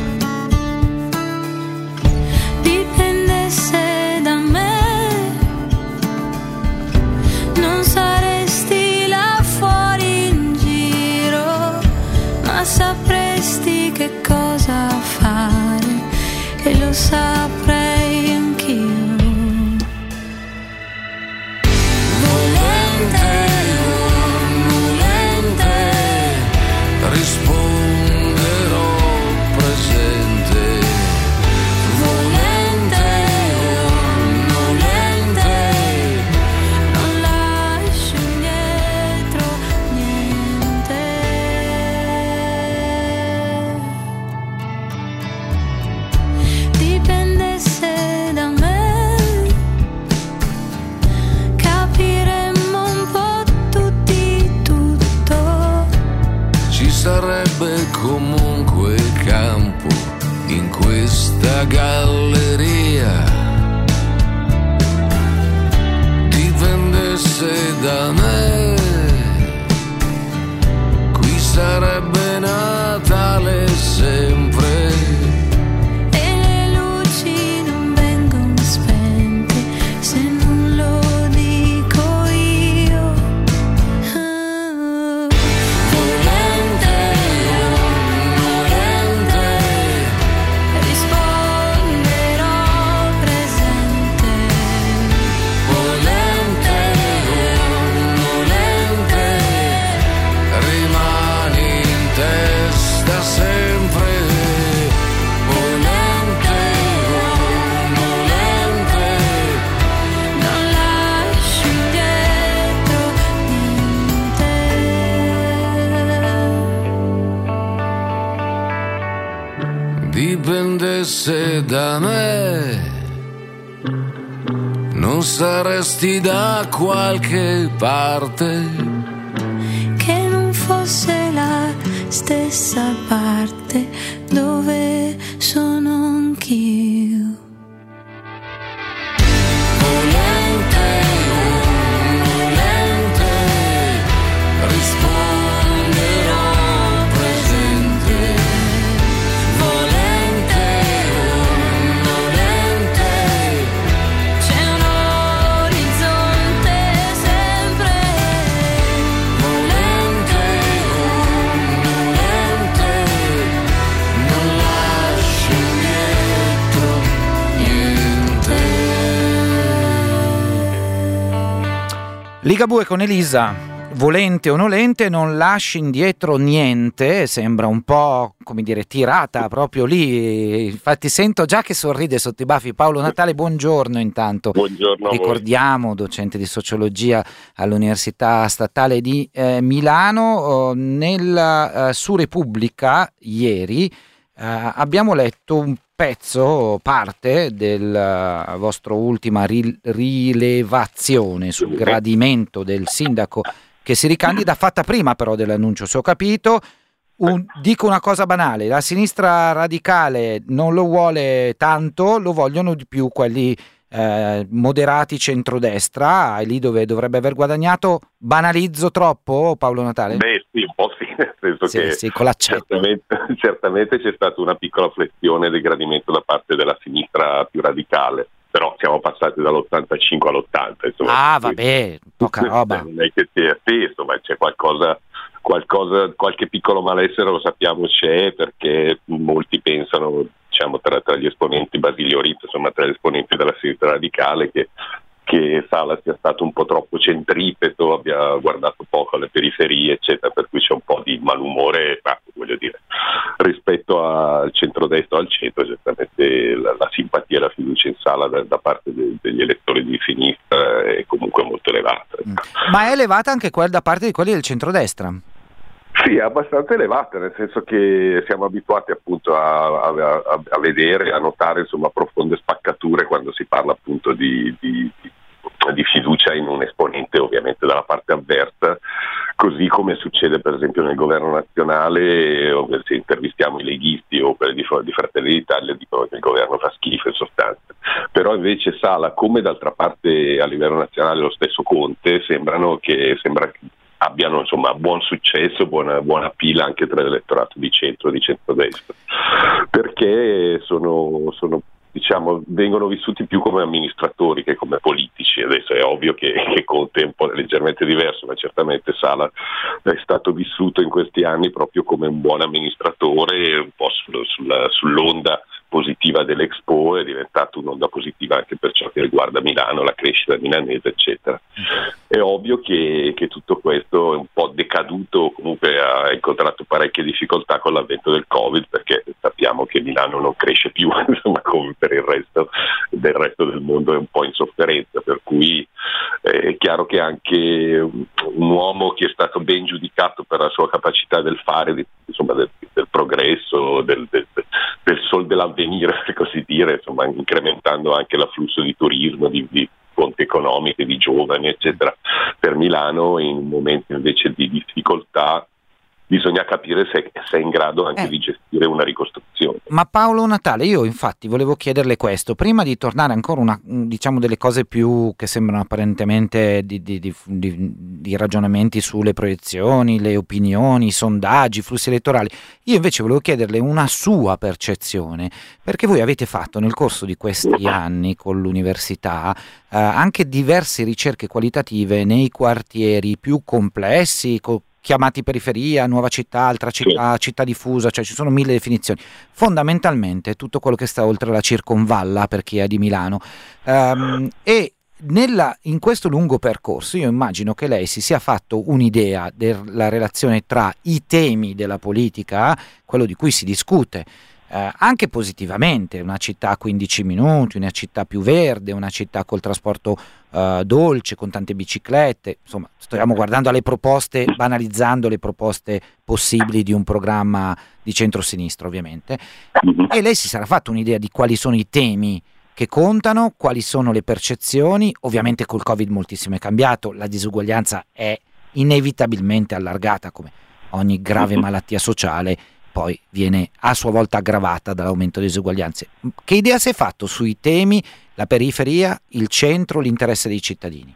Speaker 7: Dipendesse da me, non saresti là fuori in giro, ma sapresti che cosa fare e lo saprei anch'io.
Speaker 6: sarebbe comunque campo in questa galleria. Dipendesse da me, qui sarebbe Natale sempre.
Speaker 7: E le luci non vengono spente se non lo dico io. Ah. Volente o nolente, risponderò presente. Volente o nolente,
Speaker 6: Rimani in testa sempre. Volente o nolente,
Speaker 7: non lascio indietro niente.
Speaker 6: dipendesse da me, non saresti da qualche parte.
Speaker 7: Che non fosse la stessa parte dove sono anch'io.
Speaker 6: Volente o nolente, risponderò presente. Volente o nolente,
Speaker 7: C'è un orizzonte sempre.
Speaker 6: volente o nolente, non lascio indietro niente.
Speaker 1: Ligabue con Elisa, volente o nolente non lasci indietro niente, sembra un po', come dire, tirata proprio lì, infatti sento già che sorride sotto i baffi. Paolo Natale, buongiorno intanto.
Speaker 8: Buongiorno a voi.
Speaker 1: Ricordiamo, docente di sociologia all'Università Statale di eh, Milano. Oh, nella eh, su Repubblica ieri eh, abbiamo letto un pezzo, parte del uh, vostro ultima ri- rilevazione sul gradimento del sindaco che si ricandida, fatta prima però dell'annuncio, se ho capito. Un, dico una cosa banale, la sinistra radicale non lo vuole tanto, lo vogliono di più quelli eh, moderati centrodestra, è lì dove dovrebbe aver guadagnato. Banalizzo troppo, Paolo Natale?
Speaker 8: Beh sì, un po' sì, nel senso
Speaker 1: Sì,
Speaker 8: che
Speaker 1: sì, con l'accetto.
Speaker 8: certamente, certamente c'è stata una piccola flessione del gradimento da parte della sinistra più radicale, però siamo passati dall'ottantacinque all'ottanta. Insomma,
Speaker 1: Ah, vabbè, poca roba.
Speaker 8: Non è che sia stesso, ma c'è qualcosa, qualcosa, qualche piccolo malessere lo sappiamo c'è, perché molti pensano, diciamo, tra, tra gli esponenti Basilio Rizzo, insomma tra gli esponenti della sinistra radicale, che che Sala sia stato un po' troppo centripeto, abbia guardato poco alle periferie, eccetera, per cui c'è un po' di malumore, ma voglio dire, rispetto al centrodestra o al centro, certamente la, la simpatia e la fiducia in Sala da, da parte de, degli elettori di sinistra è comunque molto elevata.
Speaker 1: Ma è elevata anche quella da parte di quelli del centrodestra?
Speaker 8: Sì, è abbastanza elevata, nel senso che siamo abituati appunto a, a, a vedere, a notare insomma profonde spaccature quando si parla appunto di, di, di fiducia in un esponente ovviamente dalla parte avversa, così come succede per esempio nel governo nazionale, o se intervistiamo i leghisti o quelli di, di Fratelli d'Italia dicono che il governo fa schifo in sostanza. Però invece Sala, come d'altra parte a livello nazionale lo stesso Conte, sembrano che sembra abbiano insomma buon successo, buona, buona pila anche tra l'elettorato di centro e di centrodestra, perché sono, sono diciamo vengono vissuti più come amministratori che come politici. Adesso è ovvio che, che Conte è un po' leggermente diverso, ma certamente Sala è stato vissuto in questi anni proprio come un buon amministratore, un po' sul, sulla, sull'onda positiva dell'Expo, è diventato un'onda positiva anche per ciò che riguarda Milano, la crescita milanese, eccetera. È ovvio che, che tutto questo è un po' decaduto, comunque ha incontrato parecchie difficoltà con l'avvento del Covid, perché sappiamo che Milano non cresce più, insomma, come per il resto del resto del mondo è un po' in sofferenza, per cui è chiaro che anche un uomo che è stato ben giudicato per la sua capacità del fare, di, insomma, del, del progresso, del, del, del sol dell'avvenire, per così dire, insomma, incrementando anche l'afflusso di turismo, di, di fonti economiche, di giovani, eccetera, per Milano, in un momento invece di difficoltà bisogna capire se, se è in grado anche
Speaker 1: Eh.
Speaker 8: di gestire una ricostruzione.
Speaker 1: Ma Paolo Natale, io infatti volevo chiederle questo, prima di tornare ancora una, diciamo delle cose più che sembrano apparentemente di, di, di, di, di ragionamenti sulle proiezioni, le opinioni, i sondaggi, i flussi elettorali, io invece volevo chiederle una sua percezione, perché voi avete fatto nel corso di questi anni con l'università eh, anche diverse ricerche qualitative nei quartieri più complessi, co- chiamati periferia, nuova città, altra città, città diffusa, cioè ci sono mille definizioni. Fondamentalmente tutto quello che sta oltre la circonvalla per chi è di Milano. Ehm, e nella, in questo lungo percorso io immagino che lei si sia fatto un'idea della relazione tra i temi della politica, quello di cui si discute, Eh, anche positivamente, una città a quindici minuti, una città più verde, una città col trasporto eh, dolce, con tante biciclette, insomma stiamo guardando alle proposte, banalizzando le proposte possibili di un programma di centrosinistra ovviamente, e lei si sarà fatto un'idea di quali sono i temi che contano, quali sono le percezioni. Ovviamente col Covid moltissimo è cambiato, la disuguaglianza è inevitabilmente allargata come ogni grave malattia sociale, poi viene a sua volta aggravata dall'aumento delle disuguaglianze. Che idea si è fatto sui temi, la periferia, il centro, l'interesse dei cittadini?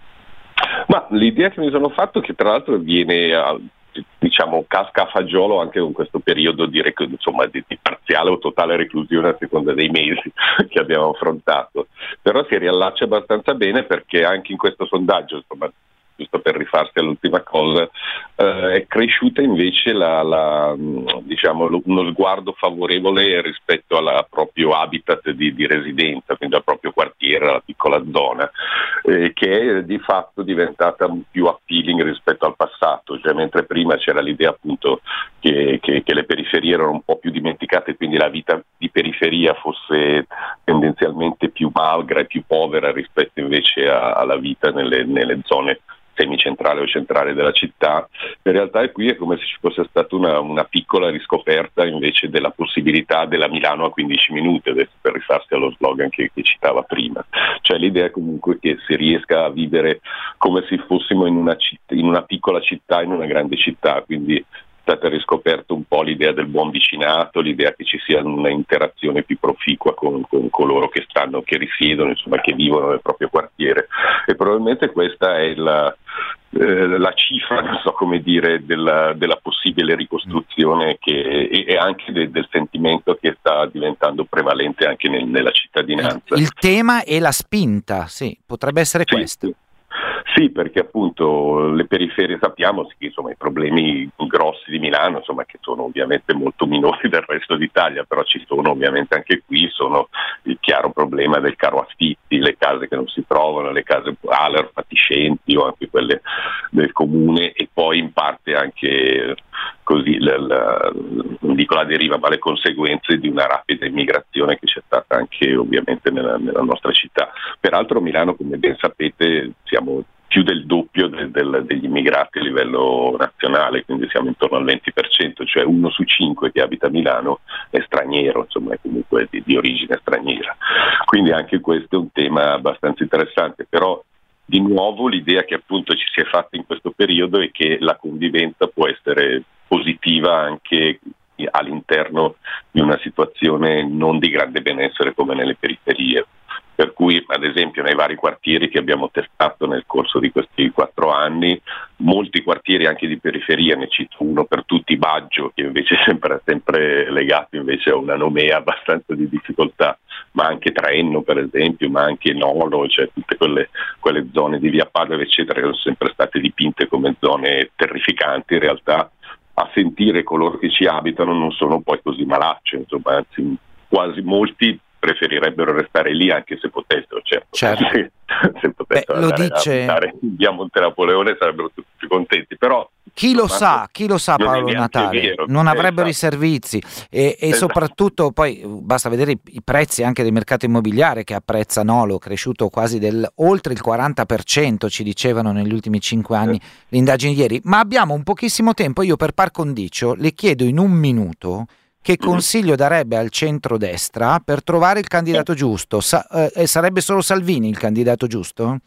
Speaker 8: Ma l'idea che mi sono fatto, che tra l'altro viene a, diciamo casca a fagiolo anche con questo periodo di, rec- insomma, di, di parziale o totale reclusione a seconda dei mesi che abbiamo affrontato, però si riallaccia abbastanza bene perché anche in questo sondaggio, insomma, giusto per rifarsi all'ultima cosa, eh, è cresciuta invece la, la, diciamo, lo- uno sguardo favorevole rispetto al proprio habitat di, di residenza, quindi al proprio quartiere, alla piccola zona, eh, che è di fatto diventata più appealing rispetto al passato, cioè mentre prima c'era l'idea appunto che, che, che le periferie erano un po' più dimenticate, quindi la vita di periferia fosse tendenzialmente più magra e più povera rispetto invece a- alla vita nelle, nelle zone semicentrale o centrale della città. In realtà qui è come se ci fosse stata una, una piccola riscoperta invece della possibilità della Milano a quindici minuti, adesso per rifarsi allo slogan che, che citava prima, cioè l'idea comunque che si riesca a vivere come se fossimo in una, citt- in una piccola città, in una grande città, quindi è stata riscoperta un po' l'idea del buon vicinato, l'idea che ci sia una interazione più proficua con, con coloro che stanno, che risiedono, insomma, che vivono nel proprio quartiere, e probabilmente questa è la, eh, la cifra, non so come dire, della, della possibile ricostruzione che, e, e anche de, del sentimento che sta diventando prevalente anche nel, nella cittadinanza.
Speaker 1: Il tema e la spinta, sì, potrebbe essere
Speaker 8: Sì,
Speaker 1: questo.
Speaker 8: sì. Sì, perché appunto le periferie sappiamo che insomma i problemi grossi di Milano, insomma, che sono ovviamente molto minori del resto d'Italia, però ci sono ovviamente anche qui, sono il chiaro problema del caro affitti, le case che non si trovano, le case A L E R fatiscenti o anche quelle del comune, e poi in parte anche così la, la, non dico la deriva, ma le conseguenze di una rapida immigrazione che c'è stata anche ovviamente nella, nella nostra città. Peraltro Milano, come ben sapete, siamo più del doppio del, del, degli immigrati a livello nazionale, quindi siamo intorno al venti per cento, cioè uno su cinque che abita a Milano è straniero, insomma è comunque di, di origine straniera. Quindi anche questo è un tema abbastanza interessante, però di nuovo l'idea che appunto ci si è fatta in questo periodo è che la convivenza può essere positiva anche all'interno di una situazione non di grande benessere come nelle periferie. Per cui, ad esempio, nei vari quartieri che abbiamo testato nel corso di questi quattro anni, molti quartieri anche di periferia, ne cito uno per tutti, Baggio, che invece è sempre, sempre legato invece a una nomea abbastanza di difficoltà, ma anche Trenno per esempio, ma anche Nolo, cioè tutte quelle, quelle zone di via Padova eccetera, che sono sempre state dipinte come zone terrificanti, in realtà a sentire coloro che ci abitano non sono poi così malacce, insomma, anzi quasi molti preferirebbero restare lì anche se potessero, certo.
Speaker 1: Certo.
Speaker 8: Se, se potessero
Speaker 1: Beh, lo
Speaker 8: andare
Speaker 1: dice-
Speaker 8: a abitare in via Monte Napoleone sarebbero tutti più contenti, però
Speaker 1: Chi lo
Speaker 8: ma
Speaker 1: sa, chi lo sa
Speaker 8: non è
Speaker 1: Paolo
Speaker 8: neanche
Speaker 1: Natale,
Speaker 8: vero.
Speaker 1: non avrebbero
Speaker 8: Esatto.
Speaker 1: i servizi e, e
Speaker 8: Esatto.
Speaker 1: soprattutto poi uh, basta vedere i, i prezzi anche del mercato immobiliare che apprezza Nolo, cresciuto quasi del oltre il quaranta per cento, ci dicevano negli ultimi cinque anni le indagini ieri, ma abbiamo un pochissimo tempo. Io per par condicio le chiedo in un minuto che consiglio darebbe al centrodestra per trovare il candidato giusto. Sa- eh, sarebbe solo Salvini il candidato giusto?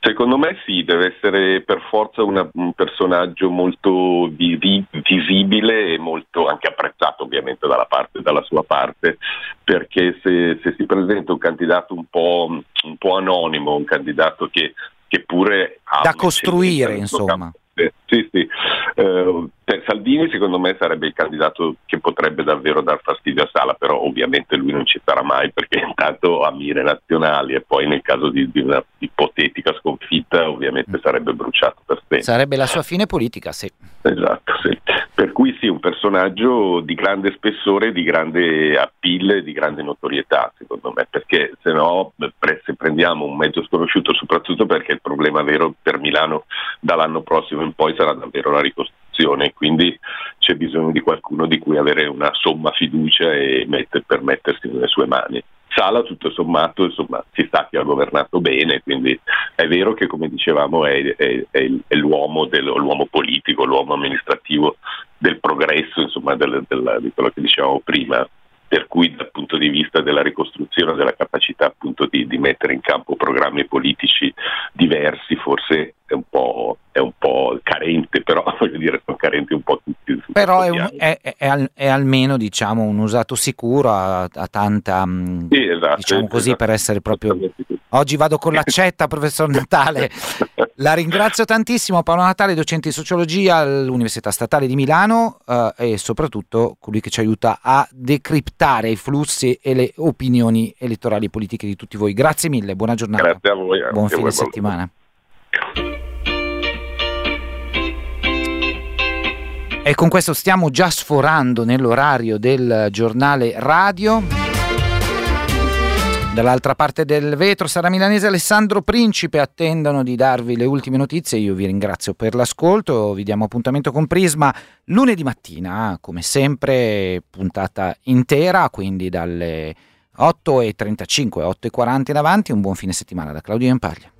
Speaker 8: Secondo me sì, deve essere per forza una, un personaggio molto vi- vi- visibile e molto anche apprezzato ovviamente dalla, parte, dalla sua parte, perché se, se si presenta un candidato un po', un po' anonimo, un candidato che, che pure ha
Speaker 1: da costruire, insomma.
Speaker 8: Eh, sì, sì. Eh, per Salvini secondo me sarebbe il candidato che potrebbe davvero dar fastidio a Sala, però ovviamente lui non ci sarà mai perché intanto ha mire nazionali e poi nel caso di, di una ipotetica sconfitta ovviamente sarebbe bruciato per sempre.
Speaker 1: Sarebbe la sua fine politica, sì.
Speaker 8: Esatto, sì. Per cui sì, un personaggio di grande spessore, di grande appeal, di grande notorietà secondo me, perché se no se prendiamo un mezzo sconosciuto, soprattutto perché il problema vero per Milano dall'anno prossimo in poi sarà davvero la ricostruzione, quindi c'è bisogno di qualcuno di cui avere una somma fiducia e metter, per mettersi nelle sue mani. Sala tutto sommato insomma si sa che ha governato bene, quindi è vero che come dicevamo è, è, è, è l'uomo, del, l'uomo politico, l'uomo amministrativo del progresso, insomma del, del, di quello che dicevamo prima, per cui dal punto di vista della ricostruzione, della capacità appunto di, di mettere in campo programmi politici diversi forse è un po', è un po' carente, però voglio dire sono carenti un po' tutti.
Speaker 1: Però è, un, è, è, è, al, è almeno diciamo un usato sicuro a, a tanta
Speaker 8: sì, esatto,
Speaker 1: diciamo così
Speaker 8: esatto,
Speaker 1: per essere proprio oggi vado con l'accetta professor Natale. La ringrazio tantissimo, Paolo Natale, docente di sociologia all'Università Statale di Milano eh, e soprattutto colui che ci aiuta a decriptare i flussi e le opinioni elettorali e politiche di tutti voi. Grazie mille, buona giornata.
Speaker 8: Grazie a voi.
Speaker 1: Buon fine
Speaker 8: voi,
Speaker 1: settimana. E con questo stiamo già sforando nell'orario del giornale radio. Dall'altra parte del vetro Sara Milanese e Alessandro Principe attendono di darvi le ultime notizie. Io vi ringrazio per l'ascolto, vi diamo appuntamento con Prisma lunedì mattina, come sempre puntata intera, quindi dalle otto e trentacinque, otto e quaranta in avanti. Un buon fine settimana da Claudio Iampaglia.